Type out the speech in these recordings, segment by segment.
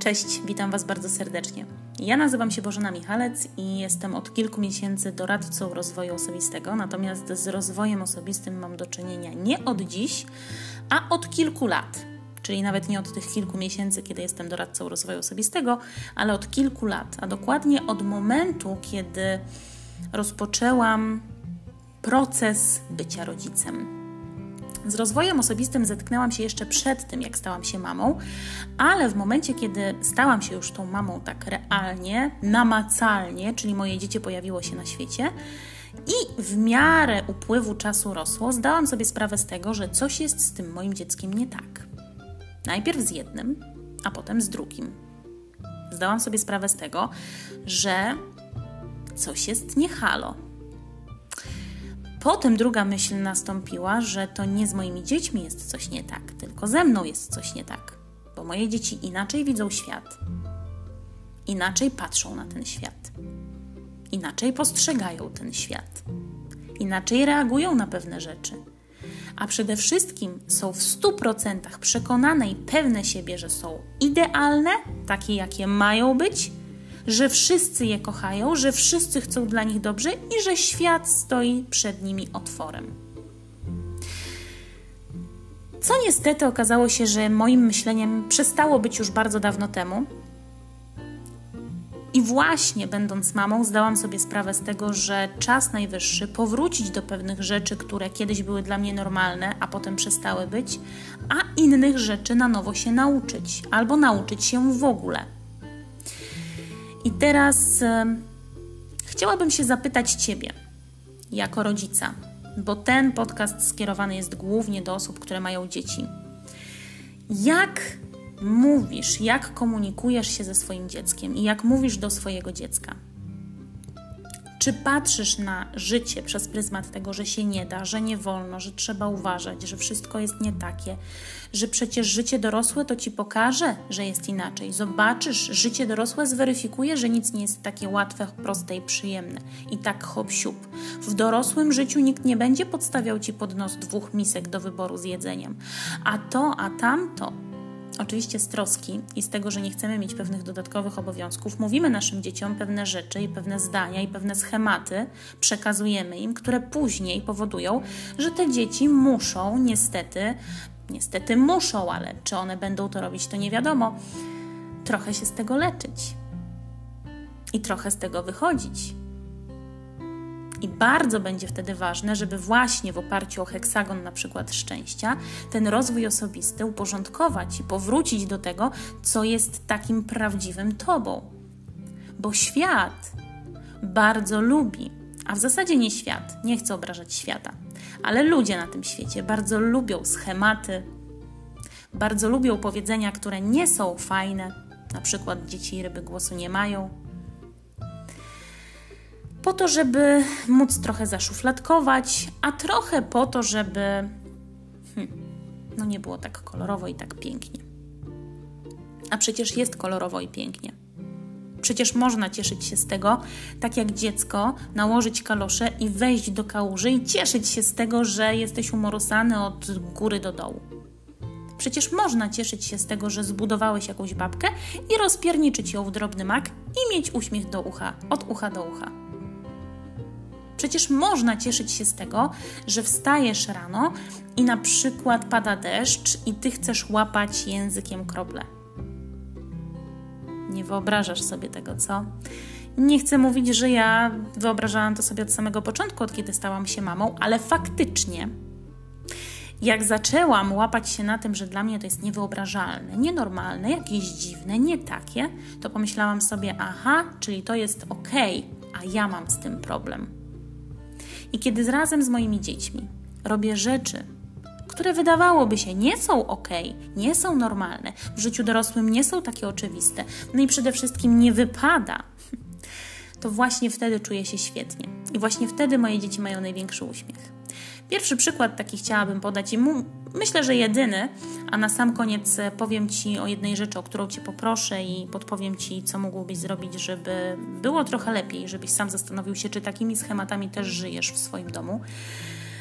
Cześć, witam Was bardzo serdecznie. Ja nazywam się Bożena Michalec i jestem od kilku miesięcy doradcą rozwoju osobistego, natomiast z rozwojem osobistym mam do czynienia nie od dziś, a od kilku lat. Czyli nawet nie od tych kilku miesięcy, kiedy jestem doradcą rozwoju osobistego, ale od kilku lat, a dokładnie od momentu, kiedy rozpoczęłam proces bycia rodzicem. Z rozwojem osobistym zetknęłam się jeszcze przed tym, jak stałam się mamą, ale w momencie, kiedy stałam się już tą mamą tak realnie, namacalnie, czyli moje dziecię pojawiło się na świecie i w miarę upływu czasu rosło, zdałam sobie sprawę z tego, że coś jest z tym moim dzieckiem nie tak. Najpierw z jednym, a potem z drugim. Zdałam sobie sprawę z tego, że coś jest nie halo. Potem druga myśl nastąpiła, że to nie z moimi dziećmi jest coś nie tak, tylko ze mną jest coś nie tak. Bo moje dzieci inaczej widzą świat, inaczej patrzą na ten świat, inaczej postrzegają ten świat, inaczej reagują na pewne rzeczy. A przede wszystkim są w 100% przekonane i pewne siebie, że są idealne, takie jakie mają być, że wszyscy je kochają, że wszyscy chcą dla nich dobrze i że świat stoi przed nimi otworem. Co niestety okazało się, że moim myśleniem przestało być już bardzo dawno temu. I właśnie będąc mamą zdałam sobie sprawę z tego, że czas najwyższy powrócić do pewnych rzeczy, które kiedyś były dla mnie normalne, a potem przestały być, a innych rzeczy na nowo się nauczyć albo nauczyć się w ogóle. I teraz chciałabym się zapytać Ciebie, jako rodzica, bo ten podcast skierowany jest głównie do osób, które mają dzieci. Jak mówisz, jak komunikujesz się ze swoim dzieckiem i jak mówisz do swojego dziecka? Czy patrzysz na życie przez pryzmat tego, że się nie da, że nie wolno, że trzeba uważać, że wszystko jest nie takie, że przecież życie dorosłe to Ci pokaże, że jest inaczej. Zobaczysz, życie dorosłe zweryfikuje, że nic nie jest takie łatwe, proste i przyjemne. I tak hop siup. W dorosłym życiu nikt nie będzie podstawiał Ci pod nos 2 misek do wyboru z jedzeniem. A to, a tamto. Oczywiście z troski i z tego, że nie chcemy mieć pewnych dodatkowych obowiązków, mówimy naszym dzieciom pewne rzeczy i pewne zdania i pewne schematy, przekazujemy im, które później powodują, że te dzieci muszą niestety muszą, ale czy one będą to robić, to nie wiadomo, trochę się z tego leczyć i trochę z tego wychodzić. I bardzo będzie wtedy ważne, żeby właśnie w oparciu o heksagon na przykład szczęścia ten rozwój osobisty uporządkować i powrócić do tego, co jest takim prawdziwym Tobą. Bo świat bardzo lubi, a w zasadzie nie świat, nie chcę obrażać świata, ale ludzie na tym świecie bardzo lubią schematy, bardzo lubią powiedzenia, które nie są fajne, na przykład dzieci i ryby głosu nie mają, po to, żeby móc trochę zaszufladkować, a trochę po to, żeby nie było tak kolorowo i tak pięknie. A przecież jest kolorowo i pięknie. Przecież można cieszyć się z tego, tak jak dziecko, nałożyć kalosze i wejść do kałuży i cieszyć się z tego, że jesteś umorusany od góry do dołu. Przecież można cieszyć się z tego, że zbudowałeś jakąś babkę i rozpierniczyć ją w drobny mak i mieć uśmiech do ucha, od ucha do ucha. Przecież można cieszyć się z tego, że wstajesz rano i na przykład pada deszcz i Ty chcesz łapać językiem krople. Nie wyobrażasz sobie tego, co? Nie chcę mówić, że ja wyobrażałam to sobie od samego początku, od kiedy stałam się mamą, ale faktycznie jak zaczęłam łapać się na tym, że dla mnie to jest niewyobrażalne, nienormalne, jakieś dziwne, nie takie, to pomyślałam sobie, aha, czyli to jest okej, a ja mam z tym problem. I kiedy razem z moimi dziećmi robię rzeczy, które wydawałoby się nie są okej, nie są normalne, w życiu dorosłym nie są takie oczywiste, no i przede wszystkim nie wypada, to właśnie wtedy czuję się świetnie. I właśnie wtedy moje dzieci mają największy uśmiech. Pierwszy przykład taki chciałabym podać i myślę, że jedyny, a na sam koniec powiem Ci o jednej rzeczy, o którą Cię poproszę i podpowiem Ci, co mógłbyś zrobić, żeby było trochę lepiej, żebyś sam zastanowił się, czy takimi schematami też żyjesz w swoim domu.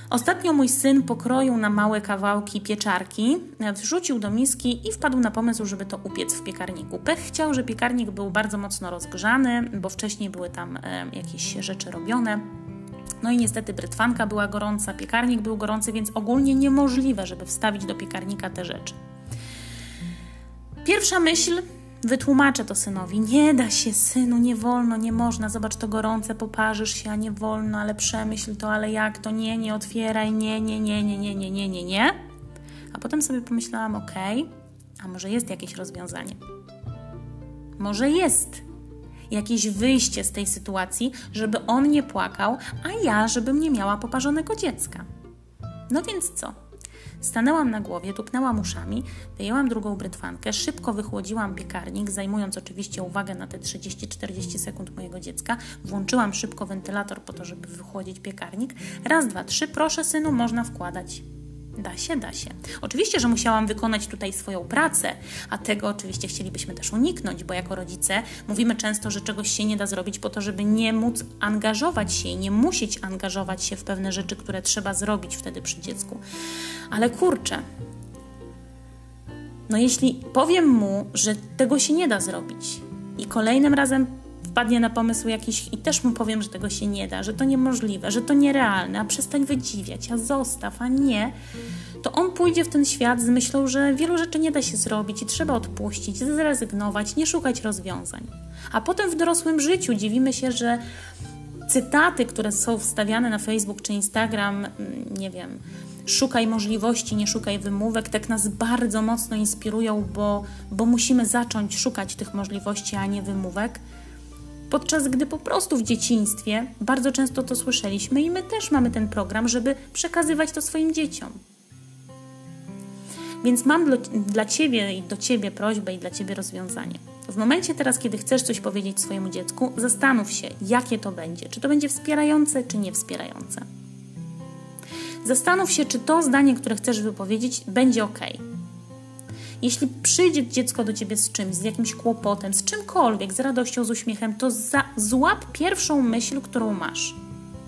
Ostatnio mój syn pokroił na małe kawałki pieczarki, wrzucił do miski i wpadł na pomysł, żeby to upiec w piekarniku. Pech chciał, że piekarnik był bardzo mocno rozgrzany, bo wcześniej były tam jakieś rzeczy robione. No i niestety brytwanka była gorąca, piekarnik był gorący, więc ogólnie niemożliwe, żeby wstawić do piekarnika te rzeczy. Pierwsza myśl, wytłumaczę to synowi. Nie da się, synu, nie wolno, nie można. Zobacz, to gorące, poparzysz się, a nie wolno, ale przemyśl to, ale jak to? Nie otwieraj, nie. A potem sobie pomyślałam, okej, a może jest jakieś rozwiązanie? Może jest jakieś wyjście z tej sytuacji, żeby on nie płakał, a ja, żebym nie miała poparzonego dziecka. No więc co? Stanęłam na głowie, tupnęłam uszami, wyjęłam drugą brytwankę, szybko wychłodziłam piekarnik, zajmując oczywiście uwagę na te 30-40 sekund mojego dziecka. Włączyłam szybko wentylator po to, żeby wychłodzić piekarnik. Raz, dwa, trzy, proszę synu, można wkładać. Da się. Oczywiście, że musiałam wykonać tutaj swoją pracę, a tego oczywiście chcielibyśmy też uniknąć, bo jako rodzice mówimy często, że czegoś się nie da zrobić po to, żeby nie móc angażować się i nie musieć angażować się w pewne rzeczy, które trzeba zrobić wtedy przy dziecku. Ale kurczę, no jeśli powiem mu, że tego się nie da zrobić i kolejnym razem wpadnie na pomysł jakiś i też mu powiem, że tego się nie da, że to niemożliwe, że to nierealne, a przestań wydziwiać, a zostaw, a nie, to on pójdzie w ten świat z myślą, że wielu rzeczy nie da się zrobić i trzeba odpuścić, zrezygnować, nie szukać rozwiązań. A potem w dorosłym życiu dziwimy się, że cytaty, które są wstawiane na Facebook czy Instagram, nie wiem, szukaj możliwości, nie szukaj wymówek, tak nas bardzo mocno inspirują, bo musimy zacząć szukać tych możliwości, a nie wymówek. Podczas gdy po prostu w dzieciństwie bardzo często to słyszeliśmy i my też mamy ten program, żeby przekazywać to swoim dzieciom. Więc mam dla Ciebie i do Ciebie prośbę i dla Ciebie rozwiązanie. W momencie teraz, kiedy chcesz coś powiedzieć swojemu dziecku, zastanów się, jakie to będzie. Czy to będzie wspierające, czy niewspierające. Zastanów się, czy to zdanie, które chcesz wypowiedzieć, będzie ok. Jeśli przyjdzie dziecko do Ciebie z czymś, z jakimś kłopotem, z czymkolwiek, z radością, z uśmiechem, to złap pierwszą myśl, którą masz.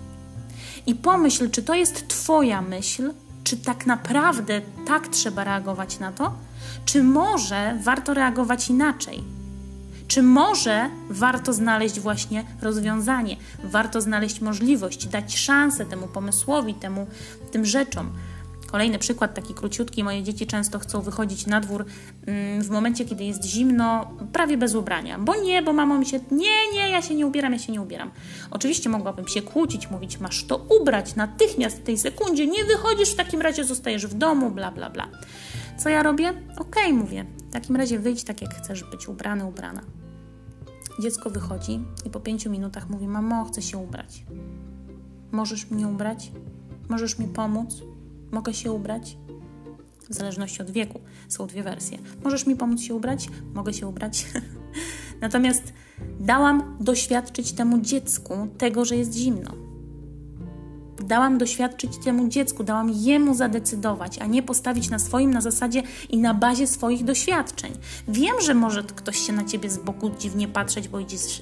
I pomyśl, czy to jest Twoja myśl, czy tak naprawdę tak trzeba reagować na to, czy może warto reagować inaczej. Czy może warto znaleźć właśnie rozwiązanie, warto znaleźć możliwość, dać szansę temu pomysłowi, tym rzeczom. Kolejny przykład, taki króciutki. Moje dzieci często chcą wychodzić na dwór w momencie, kiedy jest zimno, prawie bez ubrania. Bo mamo mi się... Nie, ja się nie ubieram. Oczywiście mogłabym się kłócić, mówić, masz to ubrać natychmiast w tej sekundzie, nie wychodzisz, w takim razie zostajesz w domu, bla, bla, bla. Co ja robię? Okej, mówię. W takim razie wyjdź tak, jak chcesz być ubrany, ubrana. Dziecko wychodzi i po 5 minutach mówi, mamo, chcę się ubrać. Możesz mnie ubrać? Możesz mi pomóc? Mogę się ubrać? W zależności od wieku. Są 2 wersje. Możesz mi pomóc się ubrać? Mogę się ubrać. Natomiast dałam doświadczyć temu dziecku tego, że jest zimno. Dałam doświadczyć temu dziecku, dałam jemu zadecydować, a nie postawić na swoim, na zasadzie i na bazie swoich doświadczeń. Wiem, że może ktoś się na Ciebie z boku dziwnie patrzeć, bo idziesz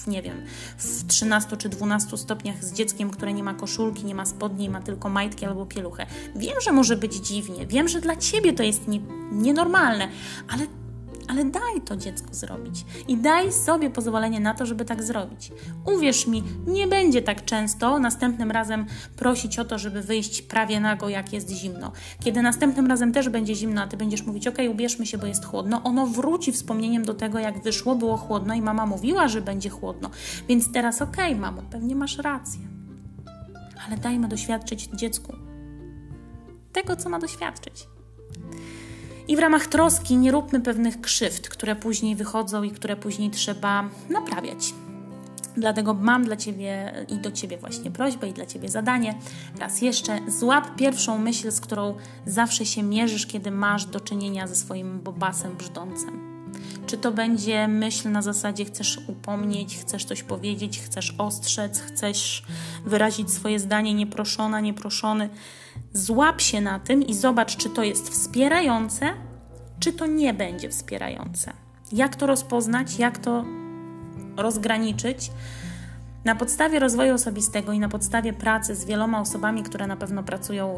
w 13 czy 12 stopniach z dzieckiem, które nie ma koszulki, nie ma spodni, ma tylko majtki albo pieluchę. Wiem, że może być dziwnie, wiem, że dla Ciebie to jest nienormalne, ale daj to dziecku zrobić i daj sobie pozwolenie na to, żeby tak zrobić. Uwierz mi, nie będzie tak często następnym razem prosić o to, żeby wyjść prawie nago, jak jest zimno. Kiedy następnym razem też będzie zimno, a Ty będziesz mówić, okej, ubierzmy się, bo jest chłodno, ono wróci wspomnieniem do tego, jak wyszło, było chłodno i mama mówiła, że będzie chłodno. Więc teraz okej, mamo, pewnie masz rację. Ale dajmy doświadczyć dziecku tego, co ma doświadczyć. I w ramach troski nie róbmy pewnych krzywd, które później wychodzą i które później trzeba naprawiać. Dlatego mam dla Ciebie i do Ciebie właśnie prośbę i dla Ciebie zadanie. Raz jeszcze, złap pierwszą myśl, z którą zawsze się mierzysz, kiedy masz do czynienia ze swoim bobasem brzdącem. Czy to będzie myśl na zasadzie chcesz upomnieć, chcesz coś powiedzieć, chcesz ostrzec, chcesz wyrazić swoje zdanie nieproszona, nieproszony. Złap się na tym i zobacz, czy to jest wspierające, czy to nie będzie wspierające. Jak to rozpoznać, jak to rozgraniczyć? Na podstawie rozwoju osobistego i na podstawie pracy z wieloma osobami, które na pewno pracują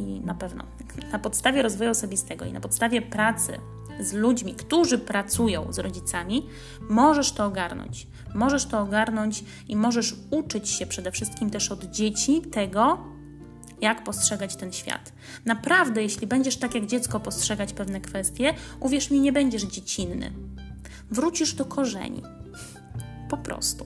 na podstawie rozwoju osobistego i na podstawie pracy z ludźmi, którzy pracują z rodzicami, możesz to ogarnąć. Możesz to ogarnąć i możesz uczyć się przede wszystkim też od dzieci tego, jak postrzegać ten świat. Naprawdę, jeśli będziesz tak jak dziecko postrzegać pewne kwestie, uwierz mi, nie będziesz dziecinny. Wrócisz do korzeni. Po prostu.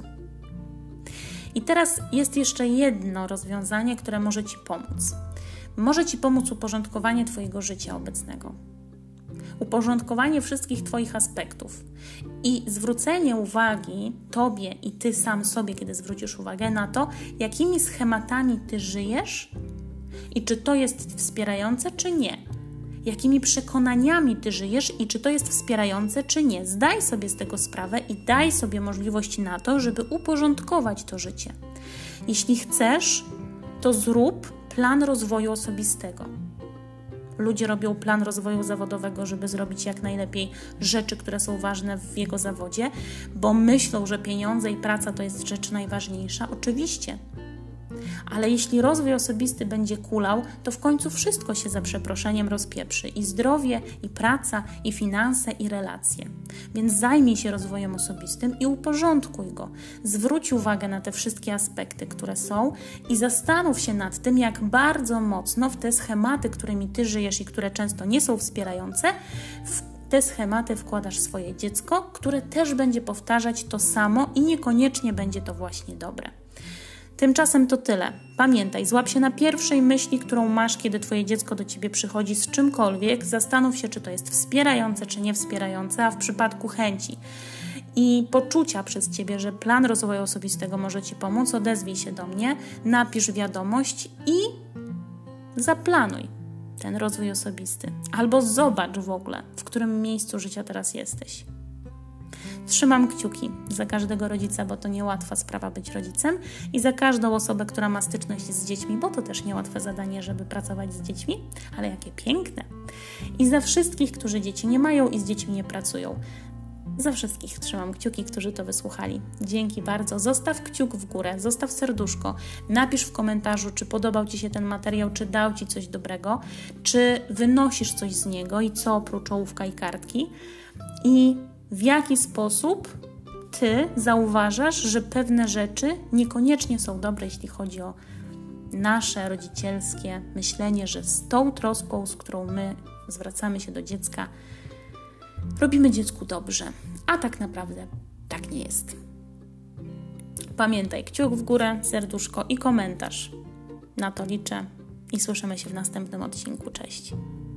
I teraz jest jeszcze jedno rozwiązanie, które może Ci pomóc. Może Ci pomóc uporządkowanie Twojego życia obecnego. Uporządkowanie wszystkich Twoich aspektów i zwrócenie uwagi Tobie i Ty sam sobie, kiedy zwrócisz uwagę na to, jakimi schematami Ty żyjesz i czy to jest wspierające, czy nie. Jakimi przekonaniami Ty żyjesz i czy to jest wspierające, czy nie. Zdaj sobie z tego sprawę i daj sobie możliwość na to, żeby uporządkować to życie. Jeśli chcesz, to zrób plan rozwoju osobistego. Ludzie robią plan rozwoju zawodowego, żeby zrobić jak najlepiej rzeczy, które są ważne w jego zawodzie, bo myślą, że pieniądze i praca to jest rzecz najważniejsza. Oczywiście. Ale jeśli rozwój osobisty będzie kulał, to w końcu wszystko się za przeproszeniem rozpieprzy. I zdrowie, i praca, i finanse, i relacje. Więc zajmij się rozwojem osobistym i uporządkuj go. Zwróć uwagę na te wszystkie aspekty, które są i zastanów się nad tym, jak bardzo mocno w te schematy, którymi Ty żyjesz i które często nie są wspierające, w te schematy wkładasz swoje dziecko, które też będzie powtarzać to samo i niekoniecznie będzie to właśnie dobre. Tymczasem to tyle. Pamiętaj, złap się na pierwszej myśli, którą masz, kiedy Twoje dziecko do Ciebie przychodzi z czymkolwiek. Zastanów się, czy to jest wspierające, czy nie wspierające, a w przypadku chęci i poczucia przez Ciebie, że plan rozwoju osobistego może Ci pomóc, odezwij się do mnie, napisz wiadomość i zaplanuj ten rozwój osobisty. Albo zobacz w ogóle, w którym miejscu życia teraz jesteś. Trzymam kciuki za każdego rodzica, bo to niełatwa sprawa być rodzicem i za każdą osobę, która ma styczność z dziećmi, bo to też niełatwe zadanie, żeby pracować z dziećmi, ale jakie piękne. I za wszystkich, którzy dzieci nie mają i z dziećmi nie pracują. Za wszystkich trzymam kciuki, którzy to wysłuchali. Dzięki bardzo. Zostaw kciuk w górę, zostaw serduszko. Napisz w komentarzu, czy podobał Ci się ten materiał, czy dał Ci coś dobrego, czy wynosisz coś z niego i co oprócz ołówka i kartki. I w jaki sposób Ty zauważasz, że pewne rzeczy niekoniecznie są dobre, jeśli chodzi o nasze rodzicielskie myślenie, że z tą troską, z którą my zwracamy się do dziecka, robimy dziecku dobrze, a tak naprawdę tak nie jest. Pamiętaj, kciuk w górę, serduszko i komentarz. Na to liczę i słyszymy się w następnym odcinku. Cześć!